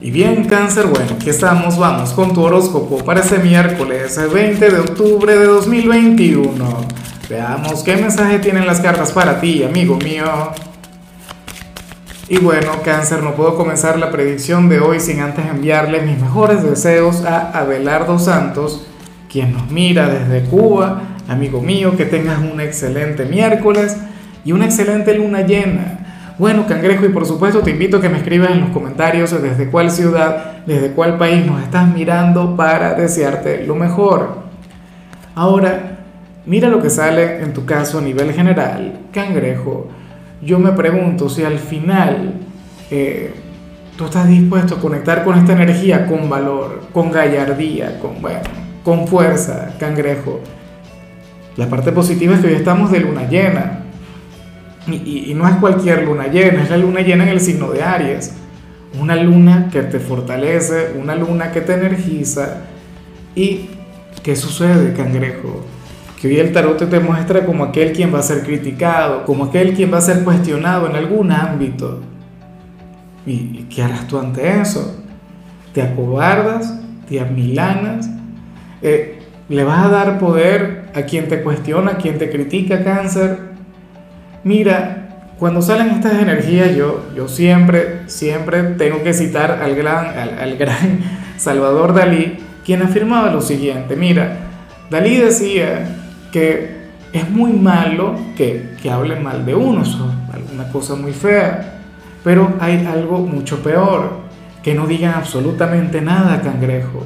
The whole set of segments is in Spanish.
Y bien, Cáncer, bueno, aquí estamos, vamos con tu horóscopo para este miércoles 20 de octubre de 2021. Veamos qué mensaje tienen las cartas para ti, amigo mío. Y bueno, Cáncer, no puedo comenzar la predicción de hoy sin antes enviarle mis mejores deseos a Abelardo Santos, quien nos mira desde Cuba. Amigo mío, que tengas un excelente miércoles y una excelente luna llena. Bueno, Cangrejo, y por supuesto te invito a que me escribas en los comentarios desde cuál ciudad, desde cuál país nos estás mirando para desearte lo mejor. Ahora, mira lo que sale en tu caso a nivel general, Cangrejo. Yo me pregunto si al final tú estás dispuesto a conectar con esta energía con valor, con gallardía, con fuerza, Cangrejo. La parte positiva es que hoy estamos de luna llena. Y no es cualquier luna llena, es la luna llena en el signo de Aries. Una luna que te fortalece, una luna que te energiza. ¿Y qué sucede, Cangrejo? Que hoy el tarot te muestra como aquel quien va a ser criticado, como aquel quien va a ser cuestionado en algún ámbito. ¿Y qué harás tú ante eso? ¿Te acobardas? ¿Te amilanas? ¿Le vas a dar poder a quien te cuestiona, a quien te critica, Cáncer? Mira, cuando salen estas energías, yo siempre tengo que citar al gran Salvador Dalí, quien afirmaba lo siguiente. Mira, Dalí decía que es muy malo que hablen mal de uno, eso es una cosa muy fea, pero hay algo mucho peor, que no digan absolutamente nada, Cangrejo.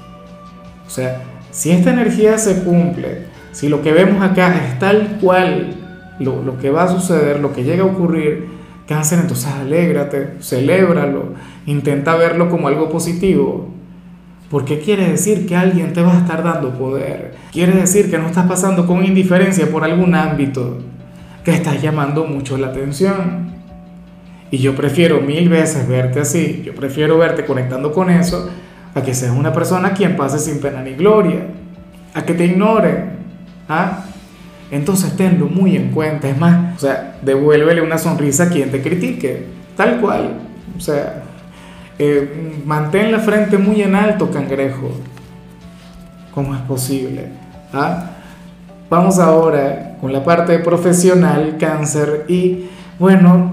O sea, si esta energía se cumple, si lo que vemos acá es tal cual lo que va a suceder, lo que llega a ocurrir, Cáncer, entonces alégrate, celébralo, intenta verlo como algo positivo, porque quiere decir que alguien te va a estar dando poder, quiere decir que no estás pasando con indiferencia por algún ámbito, que estás llamando mucho la atención. Y yo prefiero mil veces verte así, yo prefiero verte conectando con eso, a que seas una persona quien pase sin pena ni gloria, a que te ignoren, ¿ah? Entonces tenlo muy en cuenta. Es más, o sea, devuélvele una sonrisa a quien te critique, tal cual. O sea, mantén la frente muy en alto, Cangrejo. ¿Cómo es posible? ¿Ah? Vamos ahora con la parte profesional, Cáncer. Y bueno,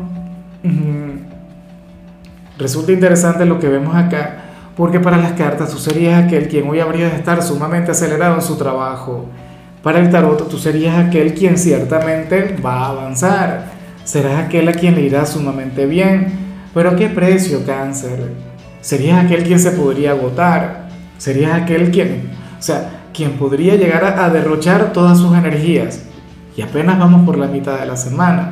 resulta interesante lo que vemos acá, porque para las cartas tú serías aquel quien hoy habría de estar sumamente acelerado en su trabajo. Para el tarot tú serías aquel quien ciertamente va a avanzar, serás aquel a quien le irá sumamente bien, pero ¿a qué precio, Cáncer? Serías aquel quien se podría agotar, serías aquel quien podría llegar a derrochar todas sus energías, y apenas vamos por la mitad de la semana.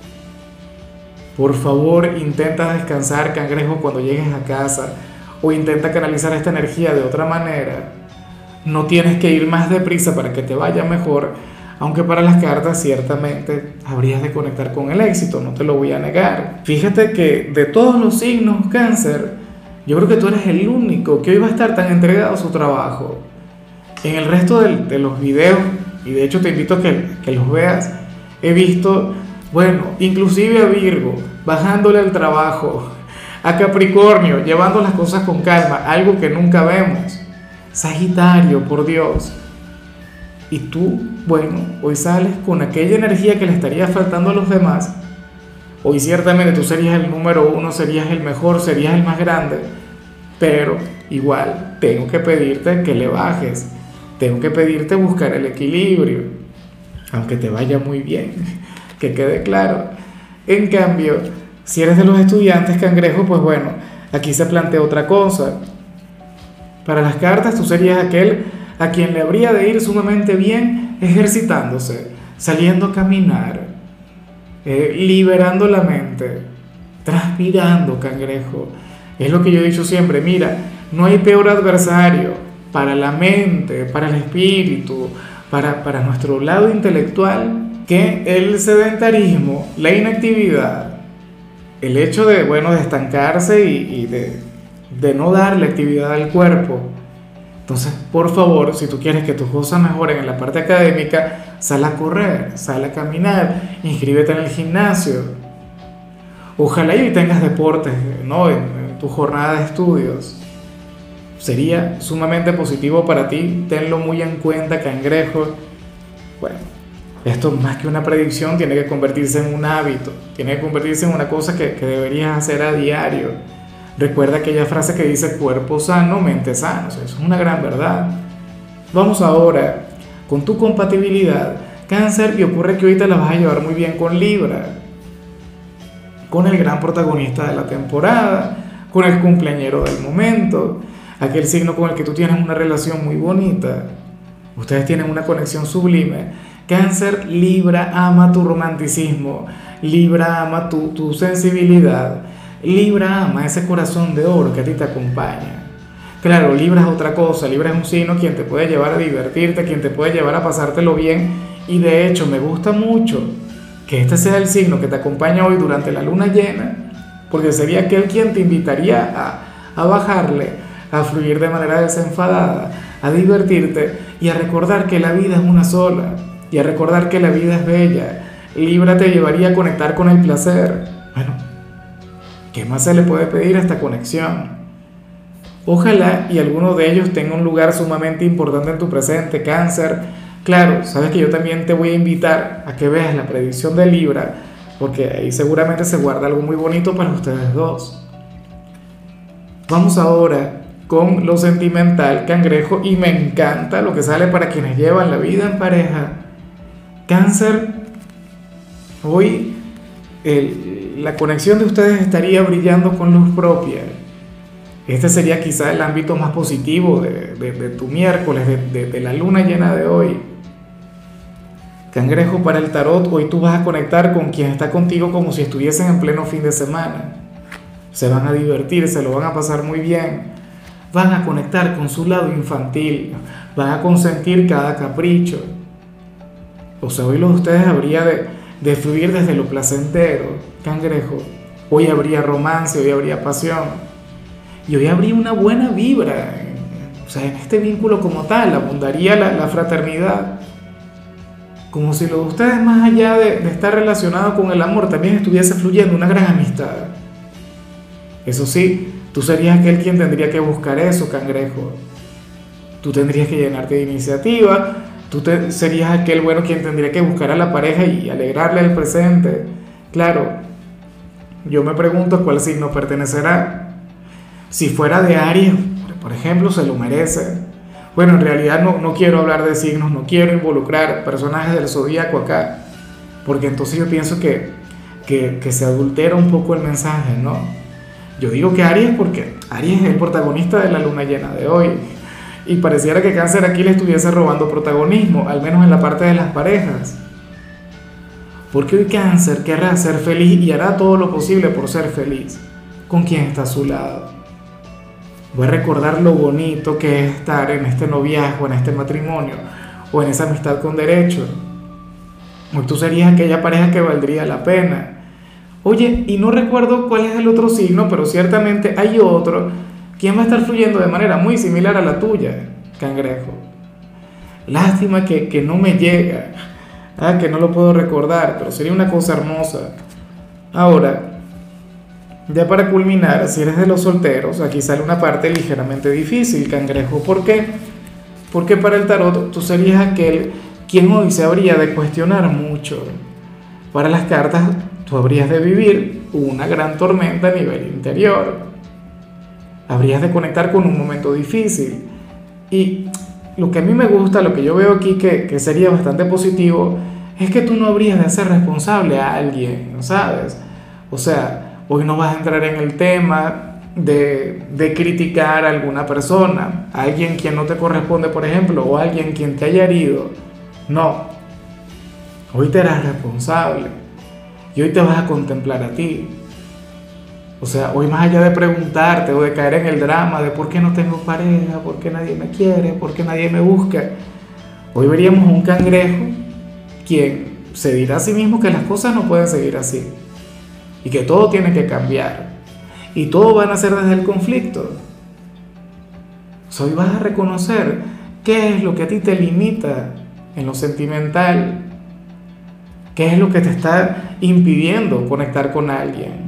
Por favor, intenta descansar, Cangrejo, cuando llegues a casa, o intenta canalizar esta energía de otra manera. No tienes que ir más deprisa para que te vaya mejor, aunque para las cartas ciertamente habrías de conectar con el éxito, no te lo voy a negar. Fíjate que de todos los signos, Cáncer, yo creo que tú eres el único que hoy va a estar tan entregado a su trabajo. En el resto de los videos, y de hecho te invito a que los veas, he visto, bueno, inclusive a Virgo bajándole al trabajo, a Capricornio llevando las cosas con calma, algo que nunca vemos. Sagitario, por Dios. Y tú, bueno, hoy sales con aquella energía que le estaría faltando a los demás. Hoy ciertamente tú serías el número uno, serías el mejor, serías el más grande. Pero igual tengo que pedirte que le bajes. Tengo que pedirte buscar el equilibrio. Aunque te vaya muy bien, que quede claro. En cambio, si eres de los estudiantes, Cangrejo, pues bueno, aquí se plantea otra cosa. Para las cartas tú serías aquel a quien le habría de ir sumamente bien ejercitándose, saliendo a caminar, liberando la mente, transpirando, Cangrejo. Es lo que yo he dicho siempre, mira, no hay peor adversario para la mente, para el espíritu, para nuestro lado intelectual que el sedentarismo, la inactividad, el hecho de, bueno, de estancarse y de no darle actividad al cuerpo. Entonces, por favor, si tú quieres que tus cosas mejoren en la parte académica, sal a correr, sal a caminar, inscríbete en el gimnasio. Ojalá y tengas deportes, ¿no?, en tu jornada de estudios. Sería sumamente positivo para ti, tenlo muy en cuenta, Cangrejo. Bueno, esto más que una predicción tiene que convertirse en un hábito, tiene que convertirse en una cosa que deberías hacer a diario. Recuerda aquella frase que dice cuerpo sano, mente sana, o sea, eso es una gran verdad. Vamos ahora con tu compatibilidad, Cáncer, y ocurre que hoy te la vas a llevar muy bien con Libra, con el gran protagonista de la temporada, con el cumpleañero del momento, aquel signo con el que tú tienes una relación muy bonita. Ustedes tienen una conexión sublime. Cáncer, Libra ama tu romanticismo, Libra ama tu sensibilidad, Libra ama ese corazón de oro que a ti te acompaña. Claro, Libra es otra cosa, Libra es un signo quien te puede llevar a divertirte, quien te puede llevar a pasártelo bien, y de hecho me gusta mucho que este sea el signo que te acompaña hoy durante la luna llena, porque sería aquel quien te invitaría a bajarle, a fluir de manera desenfadada, a divertirte y a recordar que la vida es una sola, y a recordar que la vida es bella. Libra te llevaría a conectar con el placer. Bueno, ¿qué más se le puede pedir a esta conexión? Ojalá y alguno de ellos tenga un lugar sumamente importante en tu presente, Cáncer. Claro, sabes que yo también te voy a invitar a que veas la predicción de Libra, porque ahí seguramente se guarda algo muy bonito para ustedes dos. Vamos ahora con lo sentimental, Cangrejo, y me encanta lo que sale para quienes llevan la vida en pareja. Cáncer, hoy la conexión de ustedes estaría brillando con luz propia. Este sería quizá el ámbito más positivo de tu miércoles, de la luna llena de hoy. Cangrejo, para el tarot, hoy tú vas a conectar con quien está contigo como si estuviesen en pleno fin de semana. Se van a divertir, se lo van a pasar muy bien. Van a conectar con su lado infantil, van a consentir cada capricho. O sea, hoy lo de ustedes habría de fluir desde lo placentero, Cangrejo. Hoy habría romance, hoy habría pasión. Y hoy habría una buena vibra. O sea, en este vínculo como tal, abundaría la fraternidad. Como si lo de ustedes, más allá de estar relacionado con el amor, también estuviese fluyendo una gran amistad. Eso sí, tú serías aquel quien tendría que buscar eso, Cangrejo. Tú tendrías que llenarte de iniciativa. Serías aquel bueno quien tendría que buscar a la pareja y alegrarle el presente. Claro, yo me pregunto a cuál signo pertenecerá. Si fuera de Aries, por ejemplo, se lo merece. Bueno, en realidad no quiero hablar de signos, no quiero involucrar personajes del zodíaco acá, porque entonces yo pienso que se adultera un poco el mensaje, ¿no? Yo digo que Aries porque Aries es el protagonista de la luna llena de hoy. Y pareciera que Cáncer aquí le estuviese robando protagonismo, al menos en la parte de las parejas. Porque hoy Cáncer querrá ser feliz y hará todo lo posible por ser feliz con quien está a su lado. Voy a recordar lo bonito que es estar en este noviazgo, en este matrimonio o en esa amistad con derecho. Hoy tú serías aquella pareja que valdría la pena. Oye, y no recuerdo cuál es el otro signo, pero ciertamente hay otro quien va a estar fluyendo de manera muy similar a la tuya, Cangrejo. Lástima que no me llega, que no lo puedo recordar, pero sería una cosa hermosa. Ahora, ya para culminar, si eres de los solteros, aquí sale una parte ligeramente difícil, Cangrejo. ¿Por qué? Porque para el tarot tú serías aquel quien hoy se habría de cuestionar mucho. Para las cartas, tú habrías de vivir una gran tormenta a nivel interior. Habrías de conectar con un momento difícil. Y lo que a mí me gusta, lo que yo veo aquí que sería bastante positivo, es que tú no habrías de ser responsable a alguien, ¿sabes? O sea, hoy no vas a entrar en el tema de criticar a alguna persona, a alguien quien no te corresponde, por ejemplo, o a alguien quien te haya herido. No. Hoy te eres responsable. Y hoy te vas a contemplar a ti. O sea, hoy más allá de preguntarte o de caer en el drama de por qué no tengo pareja, por qué nadie me quiere, por qué nadie me busca, hoy veríamos un Cangrejo quien se dirá a sí mismo que las cosas no pueden seguir así y que todo tiene que cambiar y todo va a nacer desde el conflicto. O sea, hoy vas a reconocer qué es lo que a ti te limita en lo sentimental, qué es lo que te está impidiendo conectar con alguien.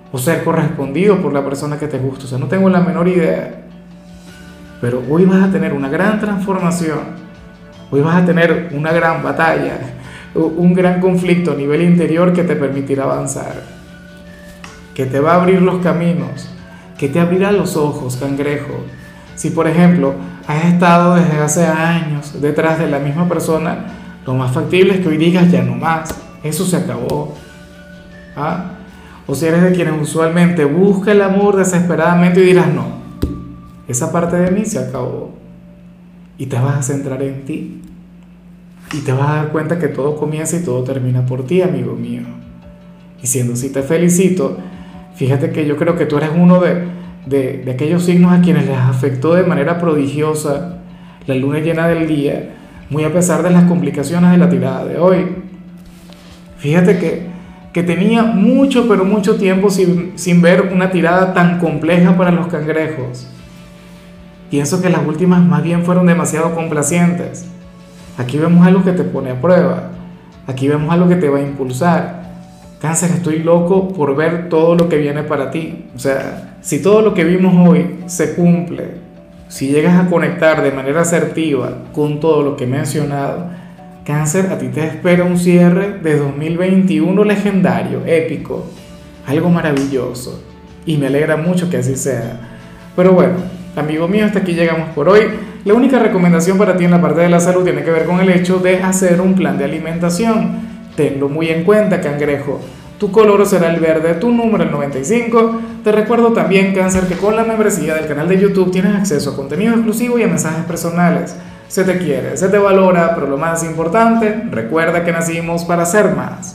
o ser correspondido por la persona que te gusta. O sea, no tengo la menor idea. Pero hoy vas a tener una gran transformación, hoy vas a tener una gran batalla, un gran conflicto a nivel interior que te permitirá avanzar, que te va a abrir los caminos, que te abrirá los ojos, cangrejo. Si por ejemplo has estado desde hace años detrás de la misma persona, lo más factible es que hoy digas ya no más, eso se acabó. ¿Ah? O si eres de quienes usualmente busca el amor desesperadamente y dirás no, esa parte de mí se acabó. Y te vas a centrar en ti. Y te vas a dar cuenta que todo comienza y todo termina por ti, amigo mío. Y siendo así, te felicito. Fíjate que yo creo que tú eres uno de aquellos signos a quienes les afectó de manera prodigiosa la luna llena del día, muy a pesar de las complicaciones de la tirada de hoy. Fíjate que tenía mucho, pero mucho tiempo sin ver una tirada tan compleja para los cangrejos. Pienso que las últimas más bien fueron demasiado complacientes. Aquí vemos algo que te pone a prueba. Aquí vemos algo que te va a impulsar. Cáncer, estoy loco por ver todo lo que viene para ti. O sea, si todo lo que vimos hoy se cumple, si llegas a conectar de manera asertiva con todo lo que he mencionado, Cáncer, a ti te espera un cierre de 2021 legendario, épico, algo maravilloso. Y me alegra mucho que así sea. Pero bueno, amigo mío, hasta aquí llegamos por hoy. La única recomendación para ti en la parte de la salud tiene que ver con el hecho de hacer un plan de alimentación. Tenlo muy en cuenta, cangrejo. Tu color será el verde, tu número el 95. Te recuerdo también, Cáncer, que con la membresía del canal de YouTube tienes acceso a contenido exclusivo y a mensajes personales. Se te quiere, se te valora, pero lo más importante, recuerda que nacimos para ser más.